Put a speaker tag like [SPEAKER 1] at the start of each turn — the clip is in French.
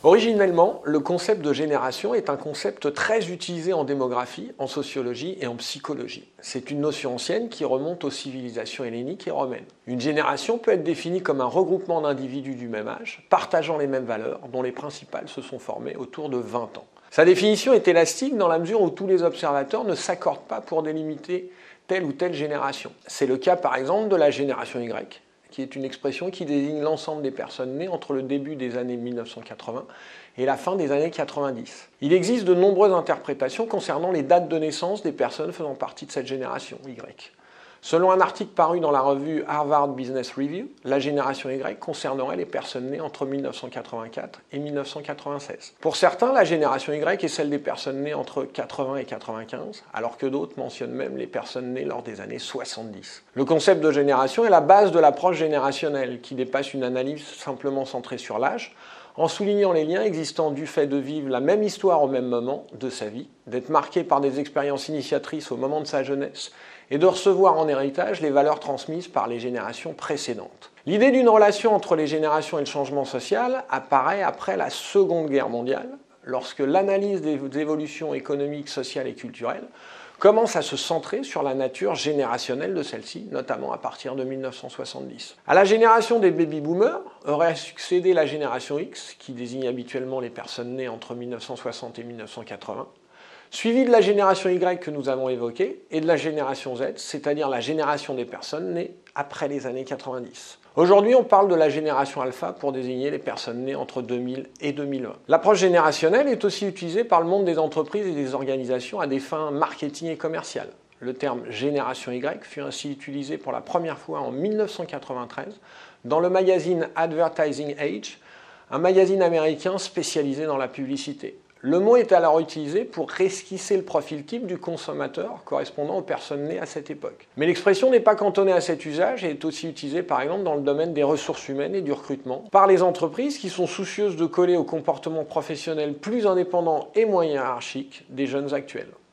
[SPEAKER 1] Originellement, le concept de génération est un concept très utilisé en démographie, en sociologie et en psychologie. C'est une notion ancienne qui remonte aux civilisations helléniques et romaines. Une génération peut être définie comme un regroupement d'individus du même âge, partageant les mêmes valeurs, dont les principales se sont formées autour de 20 ans. Sa définition est élastique dans la mesure où tous les observateurs ne s'accordent pas pour délimiter telle ou telle génération. C'est le cas par exemple de la génération Y, qui est une expression qui désigne l'ensemble des personnes nées entre le début des années 1980 et la fin des années 90. Il existe de nombreuses interprétations concernant les dates de naissance des personnes faisant partie de cette génération Y. Selon un article paru dans la revue Harvard Business Review, la génération Y concernerait les personnes nées entre 1984 et 1996. Pour certains, la génération Y est celle des personnes nées entre 80 et 95, alors que d'autres mentionnent même les personnes nées lors des années 70. Le concept de génération est la base de l'approche générationnelle, qui dépasse une analyse simplement centrée sur l'âge, en soulignant les liens existants du fait de vivre la même histoire au même moment de sa vie, d'être marqué par des expériences initiatrices au moment de sa jeunesse, et de recevoir en héritage les valeurs transmises par les générations précédentes. L'idée d'une relation entre les générations et le changement social apparaît après la Seconde Guerre mondiale, lorsque l'analyse des évolutions économiques, sociales et culturelles commence à se centrer sur la nature générationnelle de celle-ci, notamment à partir de 1970. À la génération des baby-boomers aurait succédé la génération X, qui désigne habituellement les personnes nées entre 1960 et 1980, suivi de la génération Y que nous avons évoquée et de la génération Z, c'est-à-dire la génération des personnes nées après les années 90. Aujourd'hui, on parle de la génération alpha pour désigner les personnes nées entre 2000 et 2020. L'approche générationnelle est aussi utilisée par le monde des entreprises et des organisations à des fins marketing et commerciales. Le terme génération Y fut ainsi utilisé pour la première fois en 1993 dans le magazine Advertising Age, un magazine américain spécialisé dans la publicité. Le mot est alors utilisé pour esquisser le profil type du consommateur correspondant aux personnes nées à cette époque. Mais l'expression n'est pas cantonnée à cet usage et est aussi utilisée par exemple dans le domaine des ressources humaines et du recrutement par les entreprises qui sont soucieuses de coller au comportement professionnel plus indépendant et moins hiérarchique des jeunes actuels.